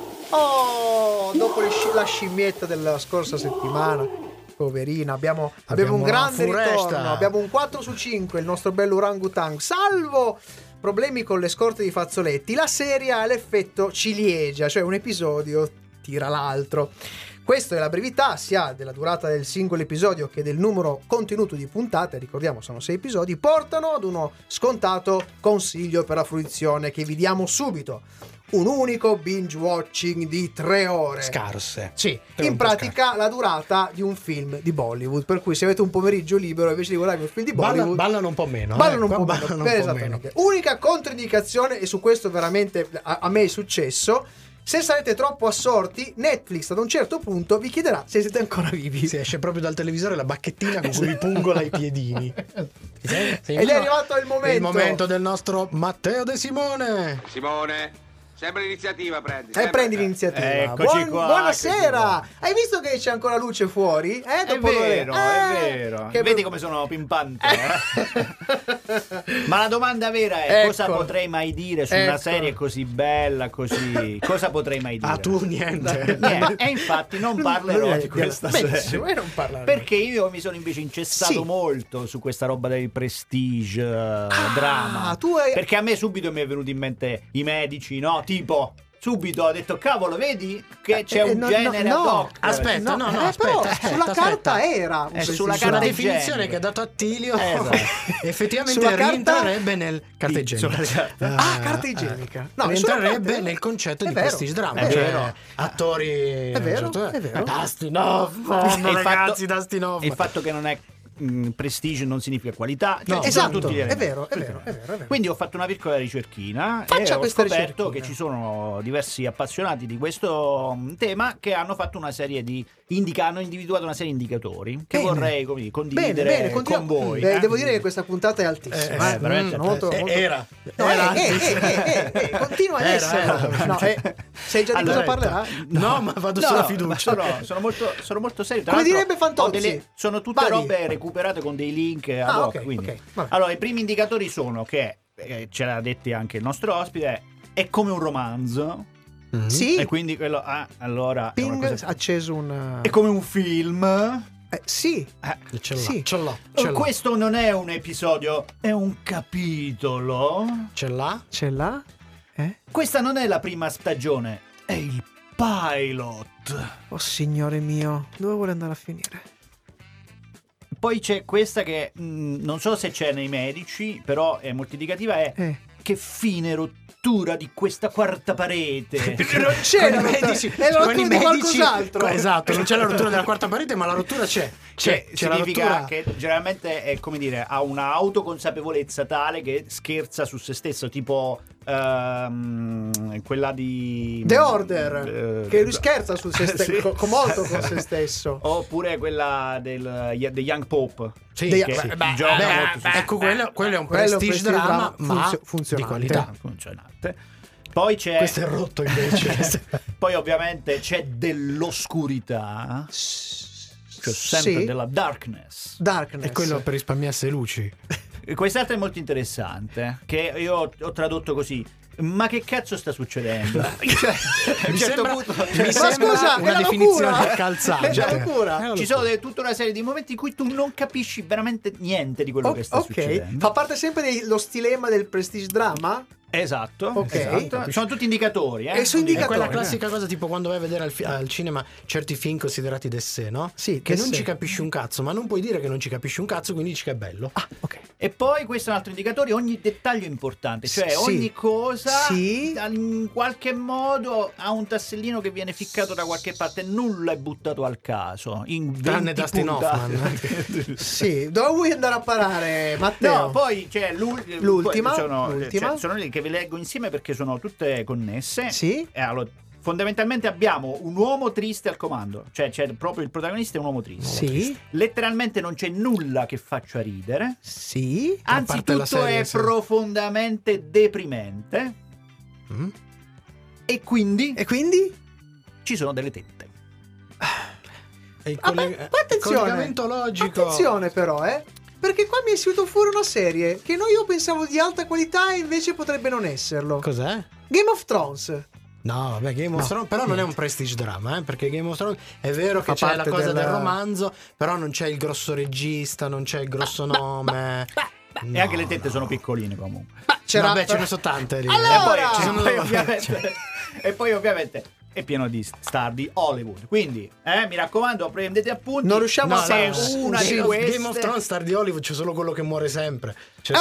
Oh, dopo la scimmietta della scorsa settimana, poverina, abbiamo un grande ritorno, abbiamo un 4 su 5, il nostro bello orangutang, salvo problemi con le scorte di fazzoletti. La serie ha l'effetto ciliegia, cioè un episodio tira l'altro. Questa è la brevità sia della durata del singolo episodio che del numero contenuto di puntate, ricordiamo sono 6 episodi, portano ad uno scontato consiglio per la fruizione che vi diamo subito. Un unico binge watching di 3 ore. Scarse. Sì, in pratica la durata di un film di Bollywood, per cui se avete un pomeriggio libero invece di guardare un film di Bollywood ballano un po' meno. Ballano un po' meno. Esattamente. Unica controindicazione, e su questo veramente a me è successo: se sarete troppo assorti, Netflix ad un certo punto vi chiederà se siete ancora vivi. Si esce proprio dal televisore la bacchettina con cui vi pungola i piedini. Ed è arrivato il momento. Il momento del nostro Matteo De Simone. Simone, sempre l'iniziativa prendi. Prendi l'iniziativa. Eccoci qua. Buonasera. Hai visto che c'è ancora luce fuori? È vero. Vedi come sono pimpante. Ma la domanda vera è: cosa potrei mai dire su una serie così bella, così? Cosa potrei mai dire? Tu niente. E infatti non parlerò di questa serie. Non perché io mi sono invece incessato molto su questa roba del prestige drama. Perché a me subito mi è venuto in mente i medici, no? Tipo, subito ho detto, cavolo, vedi che c'è un genere ad hoc. Aspetta, sulla carta era sulla carta definizione che ha dato Attilio. Effettivamente rientrerebbe nel carta igienica. Carta igienica. No, rientrerebbe nel concetto di prestige drama. È vero. Attori. È vero. Dustin Hoffman, ragazzi, Dustin Hoffman. Il fatto che non è prestige non significa qualità, esatto, tutti è vero. Quindi ho fatto una piccola ricerchina e ho scoperto che ci sono diversi appassionati di questo tema che hanno fatto una serie di hanno individuato una serie di indicatori che vorrei condividere con voi. Devo dire che questa puntata è altissima. Veramente molto. Era continua ad essere. Sai già di cosa parlerà? No, ma vado sulla fiducia. Sono molto serio. Come direbbe Fantozzi, sono tutte robe recuperate con dei link ad hoc. Allora, i primi indicatori sono che ce l'ha detti anche il nostro ospite, è come un romanzo. Sì. E quindi quello allora acceso un è come un film. Sì. Ce l'ho. Questo non è un episodio, è un capitolo. Ce l'ha? Questa non è la prima stagione, è il pilot. Oh signore mio, dove vuole andare a finire? Poi c'è questa che non so se c'è nei medici, però è molto indicativa, è che fine rottura di questa quarta parete. Non c'è la medici, è la rottura di qualcos'altro. Esatto, non c'è la rottura della quarta parete, ma la rottura c'è. Significa che generalmente è, come dire, ha una autoconsapevolezza tale che scherza su se stesso, tipo quella di The Order, che lui scherza su se stesso, molto con se stesso. Oppure quella del The Young Pope. Ecco, quello è un prestige drama, ma di qualità. Funzionante. Poi c'è questo è rotto invece. Poi ovviamente c'è dell'oscurità, cioè sempre della darkness. E quello per risparmiarsi le luci. Quest'altro è molto interessante, che io ho tradotto così. Ma che cazzo sta succedendo? Cioè, a un certo punto mi sembra una definizione calzante. Ci sono tutta una serie di momenti in cui tu non capisci veramente niente di quello che sta succedendo. Fa parte sempre dello stilema del prestige drama? Esatto. Sono tutti indicatori, E sono indicatori. È quella classica cosa tipo quando vai a vedere al cinema certi film considerati d'essè, no? Sì, che non ci capisci un cazzo, ma non puoi dire che non ci capisci un cazzo, quindi dici che è bello. Ah, ok. E poi questo è un altro indicatore, ogni dettaglio è importante, cioè ogni cosa in qualche modo ha un tassellino che viene ficcato da qualche parte, nulla è buttato al caso. Tranne Dustin Hoffman. Sì, dove vuoi andare a parare, Matteo? No, poi c'è l'ultima. Sono lì che ve le leggo insieme perché sono tutte connesse. Sì. Allora, fondamentalmente abbiamo un uomo triste al comando, cioè c'è proprio il protagonista è un uomo triste. Sì. Letteralmente non c'è nulla che faccia ridere. Sì. Anzi, tutto è profondamente deprimente. E quindi ci sono delle tette. Attenzione, collegamento logico. Attenzione però, perché qua mi è uscito fuori una serie che io pensavo di alta qualità e invece potrebbe non esserlo. Cos'è? Game of Thrones. No, vabbè, Game of Thrones però non è un prestige drama, perché Game of Thrones è vero che c'è la cosa del romanzo, però non c'è il grosso regista, non c'è il grosso nome. E anche le tette sono piccoline comunque. Ce ne sono tante lì. Allora! E poi ovviamente è pieno di star di Hollywood. Quindi, mi raccomando, prendete appunti. Non riusciamo a fare una di queste. Game of Thrones, star di Hollywood, c'è solo quello che muore sempre. C'è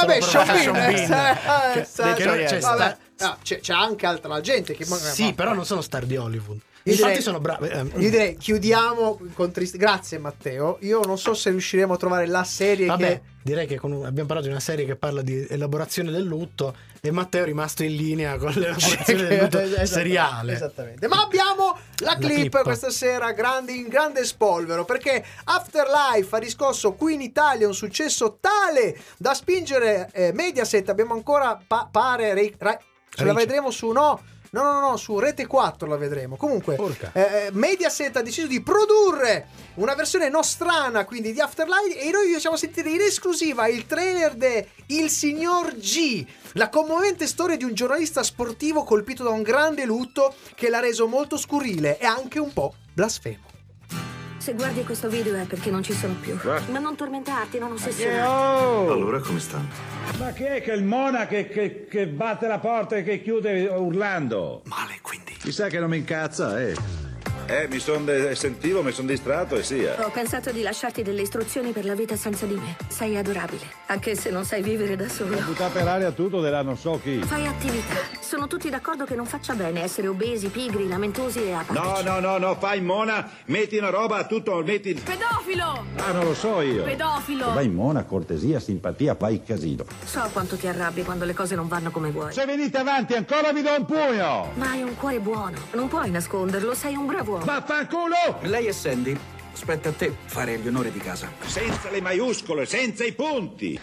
c'è anche altra gente che sì, però non sono star di Hollywood. Infatti sono bravi. Io direi chiudiamo con grazie Matteo. Io non so se riusciremo a trovare la serie direi che abbiamo parlato di una serie che parla di elaborazione del lutto e Matteo è rimasto in linea con l'elaborazione del lutto seriale. Esattamente. Ma abbiamo la clip questa sera in grande spolvero, perché Afterlife ha riscosso qui in Italia un successo tale da spingere Mediaset. Abbiamo ancora ce la vedremo su No, su Rete 4 la vedremo. Comunque Mediaset ha deciso di produrre una versione nostrana, quindi di Afterlife, e noi vi facciamo sentire in esclusiva il trailer de Il Signor G, la commovente storia di un giornalista sportivo colpito da un grande lutto che l'ha reso molto scurrile e anche un po' blasfemo. Se guardi questo video è perché non ci sono più. Ma non tormentarti, non ossessionarti. Allora come stanno? Ma che è quel mona che batte la porta e che chiude urlando? Male, quindi. Mi sa che non mi incazza, Sentivo, mi sono distratto e sia. Ho pensato di lasciarti delle istruzioni per la vita senza di me. Sei adorabile, anche se non sai vivere da solo. Ho buttato per aria tutto della non so chi. Fai attività. Sono tutti d'accordo che non faccia bene essere obesi, pigri, lamentosi e apatici. No, fai mona, metti una roba a tutto, metti... Pedofilo! Ah, non lo so io. Pedofilo! Vai mona, cortesia, simpatia, fai casino. So quanto ti arrabbi quando le cose non vanno come vuoi. Se venite avanti ancora vi do un pugno! Ma hai un cuore buono, non puoi nasconderlo, sei un bravo uomo. Vaffanculo! Lei è Sandy. Spetta a te fare gli onori di casa. Senza le maiuscole, senza i punti.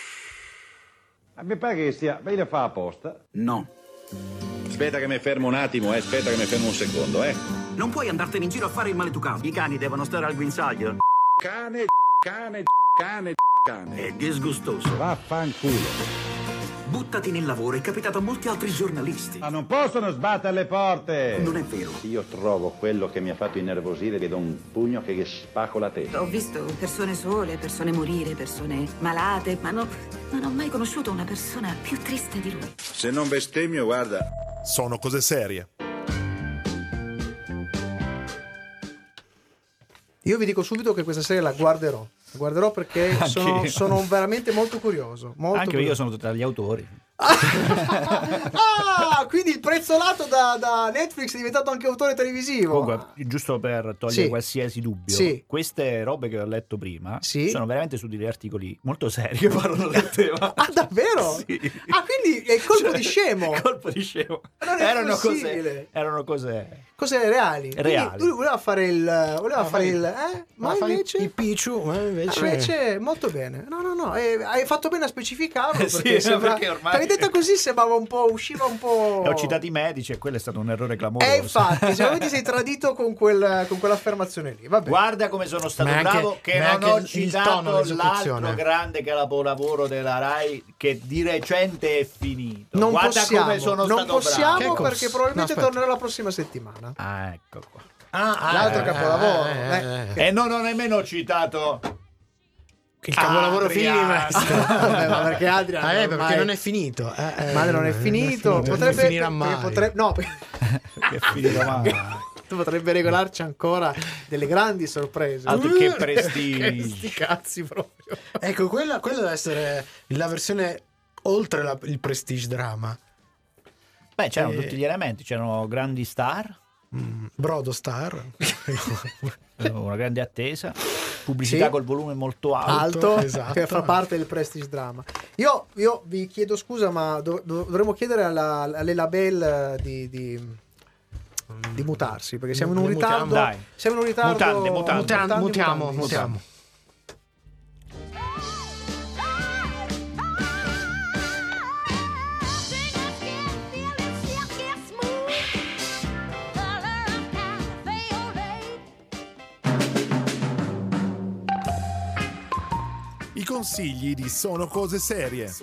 Mi pare che stia... Lei la fa apposta? No. Aspetta che mi fermo un attimo, aspetta che mi fermo un secondo, Non puoi andartene in giro a fare il maleducato. I cani devono stare al guinzaglio. Cane. È disgustoso. Vaffanculo. Buttati nel lavoro, è capitato a molti altri giornalisti. Ma non possono sbattere le porte! Non è vero. Io trovo quello che mi ha fatto innervosire, vedo un pugno che spacco la testa. Ho visto persone sole, persone morire, persone malate, ma non ho mai conosciuto una persona più triste di lui. Se non bestemmio, guarda. Sono cose serie. Io vi dico subito che questa serie la guarderò. La guarderò perché sono veramente molto curioso. Anche io sono tra gli autori. Quindi il prezzolato da Netflix è diventato anche autore televisivo. Comunque, giusto per togliere qualsiasi dubbio, queste robe che ho letto prima sono veramente su degli articoli molto seri che parlano del tema. Ah, davvero? Sì. Quindi è colpo di scemo. Colpo di scemo. Erano cose reali. Lui voleva fare ma invece il Picciu, invece molto bene. No, hai fatto bene a specificarlo, perché perché ormai detta così sembrava usciva un po' diciamo... E ho citato i medici e quello è stato un errore clamoroso. Infatti, secondo me ti sei tradito con quell'affermazione lì. Vabbè. Guarda come sono stato Ma anche- bravo che ma non anche ho il citato tono, l'esecuzione. l'altro grande capolavoro della Rai che di recente è finito. Non Guarda possiamo, come sono non stato possiamo bravo. perché probabilmente No, aspetta. tornerà la prossima settimana. Ah, ecco qua. L'altro capolavoro. E non ho nemmeno citato Il capolavoro Adrian. Filimestro. Vabbè, ma perché Adrian perché ormai- non è finito. Male non è finito. Non finirà mai. No, che è finito male. tu potrebbe regolarci ancora delle grandi sorprese. Altro che prestige. Che sti cazzi proprio. Ecco, quella deve essere la versione oltre il prestige drama. Beh, c'erano tutti gli elementi, c'erano grandi star, Brodo Star. una grande attesa, pubblicità Sì. col volume molto alto. Alto, esatto. che fa parte del prestige drama. Io vi chiedo scusa, ma dovremmo chiedere alle label di mutarsi, perché siamo in un Le mutiamo. ritardo. Dai. Siamo in un ritardo. Mutiamo. I consigli di Sono Cose Serie.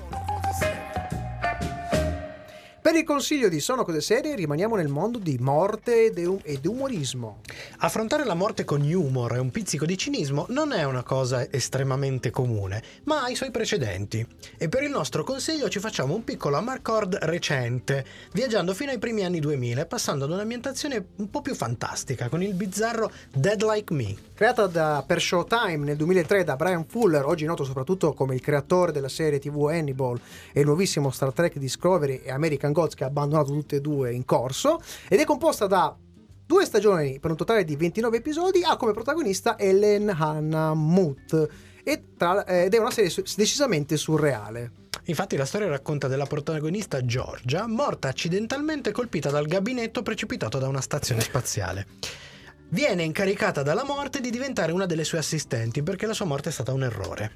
Per il consiglio di Sono Cose Serie rimaniamo nel mondo di morte ed umorismo. Affrontare la morte con humor e un pizzico di cinismo non è una cosa estremamente comune, ma ha i suoi precedenti. E per il nostro consiglio ci facciamo un piccolo amarcord recente, viaggiando fino ai primi anni 2000 e passando ad un'ambientazione un po' più fantastica con il bizzarro Dead Like Me. Creata per Showtime nel 2003 da Brian Fuller, oggi noto soprattutto come il creatore della serie TV Hannibal e il nuovissimo Star Trek Discovery e American Gods, che ha abbandonato tutte e due in corso, ed è composta da 2 stagioni per un totale di 29 episodi, ha come protagonista Ellen Hannah Muth ed è una serie decisamente surreale. Infatti la storia racconta della protagonista Georgia, morta accidentalmente colpita dal gabinetto precipitato da una stazione spaziale. Viene incaricata dalla morte di diventare una delle sue assistenti perché la sua morte è stata un errore.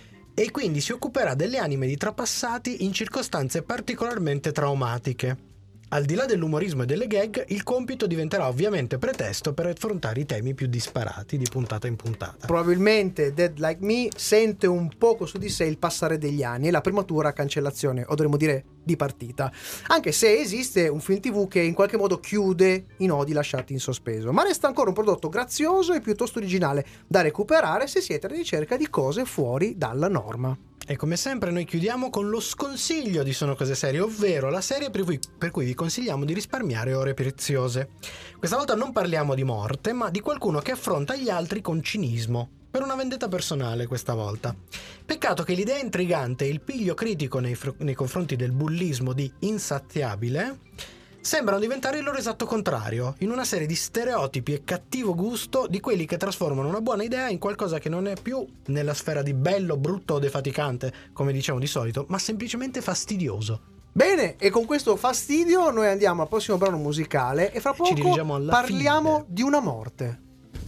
E quindi si occuperà delle anime di trapassati in circostanze particolarmente traumatiche. Al di là dell'umorismo e delle gag, il compito diventerà ovviamente pretesto per affrontare i temi più disparati di puntata in puntata. Probabilmente Dead Like Me sente un poco su di sé il passare degli anni e la prematura cancellazione, o dovremmo dire di partita, anche se esiste un film TV che in qualche modo chiude i nodi lasciati in sospeso, ma resta ancora un prodotto grazioso e piuttosto originale da recuperare se siete alla ricerca di cose fuori dalla norma. E come sempre noi chiudiamo con lo sconsiglio di Sono Cose Serie, ovvero la serie per cui vi consigliamo di risparmiare ore preziose. Questa volta non parliamo di morte, ma di qualcuno che affronta gli altri con cinismo, per una vendetta personale questa volta. Peccato che l'idea intrigante e il piglio critico nei confronti del bullismo di Insaziabile sembrano diventare il loro esatto contrario, in una serie di stereotipi e cattivo gusto di quelli che trasformano una buona idea in qualcosa che non è più nella sfera di bello, brutto o defaticante, come diciamo di solito, ma semplicemente fastidioso. Bene, e con questo fastidio noi andiamo al prossimo brano musicale e fra poco dirigiamo alla parliamo fine. di una morte.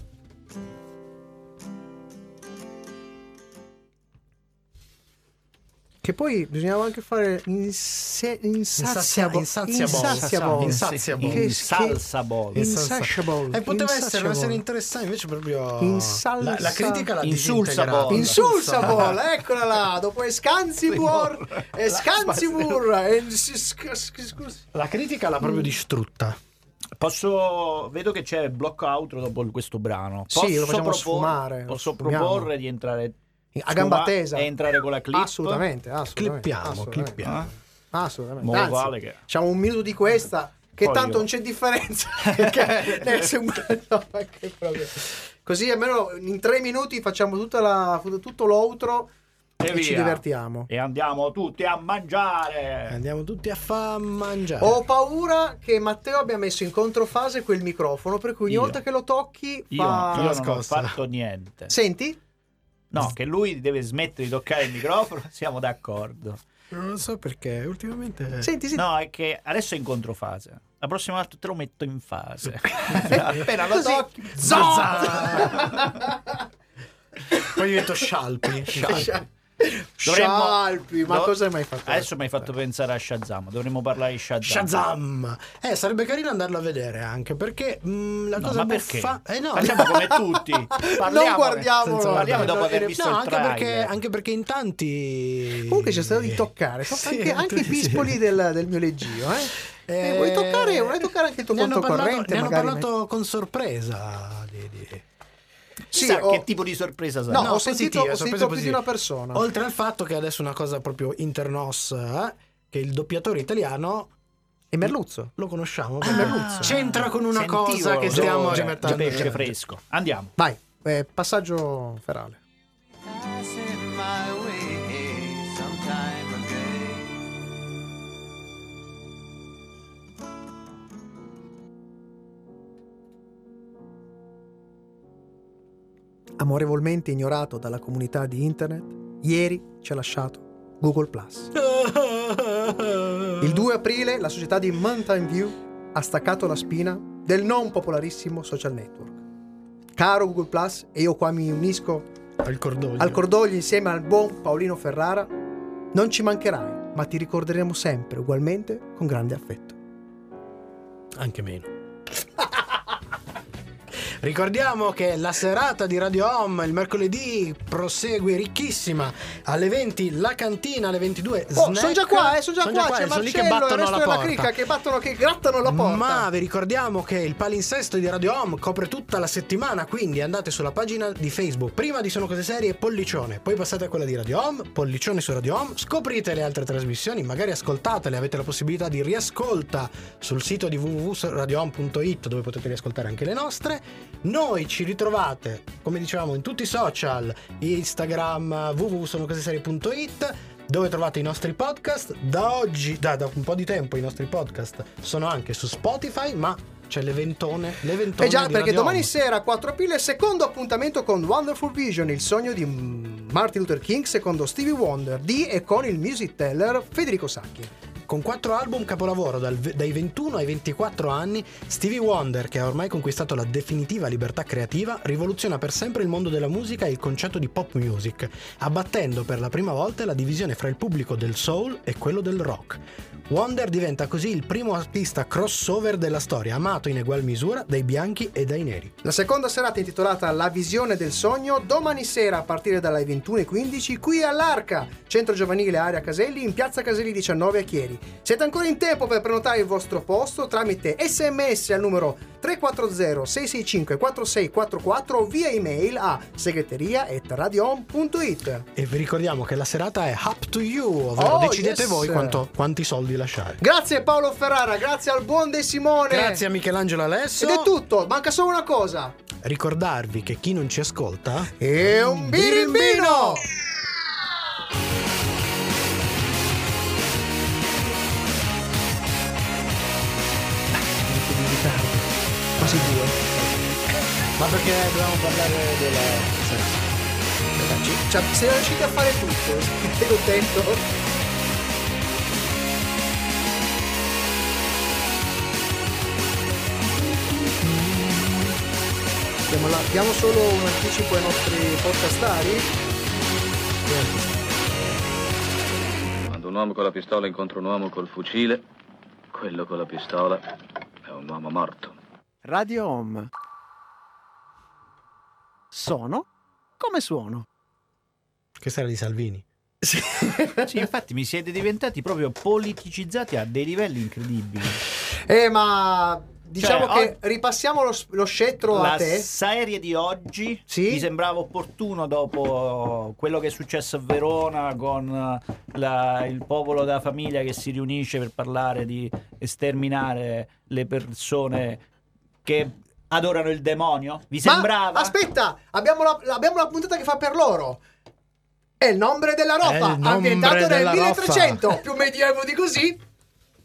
Che poi bisognava anche fare Insaziable. E poteva essere una serie interessante, invece proprio la critica l'ha Insulsable. Insulsable, eccola là, dopo Escanzibur. La critica l'ha proprio distrutta. Vedo che c'è il blocco outro dopo questo brano. Sì, lo facciamo sfumare. Posso proporre di entrare a gamba tesa e entrare con la clip? Assolutamente. Clippiamo. Assolutamente. Anzi, vale che... facciamo un minuto di questa che poi tanto io. non c'è differenza. Così almeno in 3 minuti facciamo tutto l'outro e ci divertiamo. E andiamo tutti a mangiare. Ho paura che Matteo abbia messo in controfase quel microfono, per cui ogni volta che lo tocchi Io fa non ho fatto niente. Senti? No, che lui deve smettere di toccare il microfono, siamo d'accordo. Non lo so perché ultimamente... Senti. No, è che adesso è in controfase. La prossima volta te lo metto in fase. Appena lo tocchi, Poi divento Scialpi. Scialpi, ma cosa hai mai fatto? Adesso mi hai fatto pensare a Shazam. Dovremmo parlare di Shazam. Shazam! Sarebbe carino andarlo a vedere anche perché la cosa buffa. No. Facciamo come tutti. Non guardiamolo. Parliamo dopo aver visto il trailer. Anche perché in tanti. Comunque c'è stato di toccare. Anche i pispoli del mio leggio. Vuoi toccare anche il tuo conto corrente? Ne hanno parlato con sorpresa. Che tipo di sorpresa sarà? No, ho sentito più di una persona. Oltre al fatto che adesso una cosa proprio internos, che il doppiatore italiano è Merluzzo. Lo conosciamo. Merluzzo c'entra con una cosa che stiamo rimettendo. Pesce fresco. Andiamo. Vai, passaggio ferale. Amorevolmente ignorato dalla comunità di internet, ieri ci ha lasciato Google+. Il 2 aprile la società di Mountain View ha staccato la spina del non popolarissimo social network. Caro Google+, e io qua mi unisco al cordoglio insieme al buon Paolino Ferrara, non ci mancherai, ma ti ricorderemo sempre ugualmente con grande affetto. Anche meno. Ricordiamo che la serata di Radio Home il mercoledì prosegue ricchissima. Alle 20 la cantina, alle 22 snack. Sono già qua, c'è sono lì Marcello che battono e il resto la della porta. cricca che grattano la porta. Ma vi ricordiamo che il palinsesto di Radio Home copre tutta la settimana, quindi andate sulla pagina di Facebook, prima di Sono Cose Serie Pollicione, poi passate a quella di Radio Home, Pollicione su Radio Home, scoprite le altre trasmissioni, magari ascoltatele, avete la possibilità di riascolta sul sito di www.radiohome.it dove potete riascoltare anche le nostre. Noi ci ritrovate, come dicevamo, in tutti i social, Instagram, www.sonocoseserie.it, dove trovate i nostri podcast. Da oggi, da un po' di tempo, i nostri podcast sono anche su Spotify, ma c'è l'eventone già, di perché Radio domani Home. sera 4 aprile secondo appuntamento con Wonderful Vision, il sogno di Martin Luther King secondo Stevie Wonder, di e con il music teller Federico Sacchi. Con 4 album capolavoro dai 21 ai 24 anni, Stevie Wonder, che ha ormai conquistato la definitiva libertà creativa, rivoluziona per sempre il mondo della musica e il concetto di pop music, abbattendo per la prima volta la divisione fra il pubblico del soul e quello del rock. Wonder diventa così il primo artista crossover della storia, amato in egual misura dai bianchi e dai neri. La seconda serata intitolata La visione del sogno, domani sera a partire dalle 21:15 qui all'Arca, Centro Giovanile Area Caselli, in Piazza Caselli 19 a Chieri. Siete ancora in tempo per prenotare il vostro posto tramite SMS al numero 340-665-4644 o via email a segreteria@radiohome.it. E vi ricordiamo che la serata è up to you, ovvero decidete voi quanti soldi lasciare. Grazie Paolo Ferrara, grazie al buon De Simone, grazie a Michelangelo Alesso. Ed è tutto, manca solo una cosa: ricordarvi che chi non ci ascolta è un birimbino! Quasi 2. Ma perché dobbiamo parlare della... Sei riusciti a fare tutto, te l'ho detto. Diamo solo un anticipo ai nostri podcastari. Quando un uomo con la pistola incontra un uomo col fucile, quello con la pistola è un uomo morto. Radio Home. Sono come suono. Questa era di Salvini. Sì, infatti mi siete diventati proprio politicizzati a dei livelli incredibili. Ma diciamo che ripassiamo lo scettro a te. La serie di oggi mi sembrava opportuno dopo quello che è successo a Verona con il popolo della famiglia che si riunisce per parlare di esterminare le persone che adorano il demonio. Vi sembrava? Aspetta, abbiamo la puntata che fa per loro. È il nombre della Rofa, ambientato nel 1300, più medievo di così.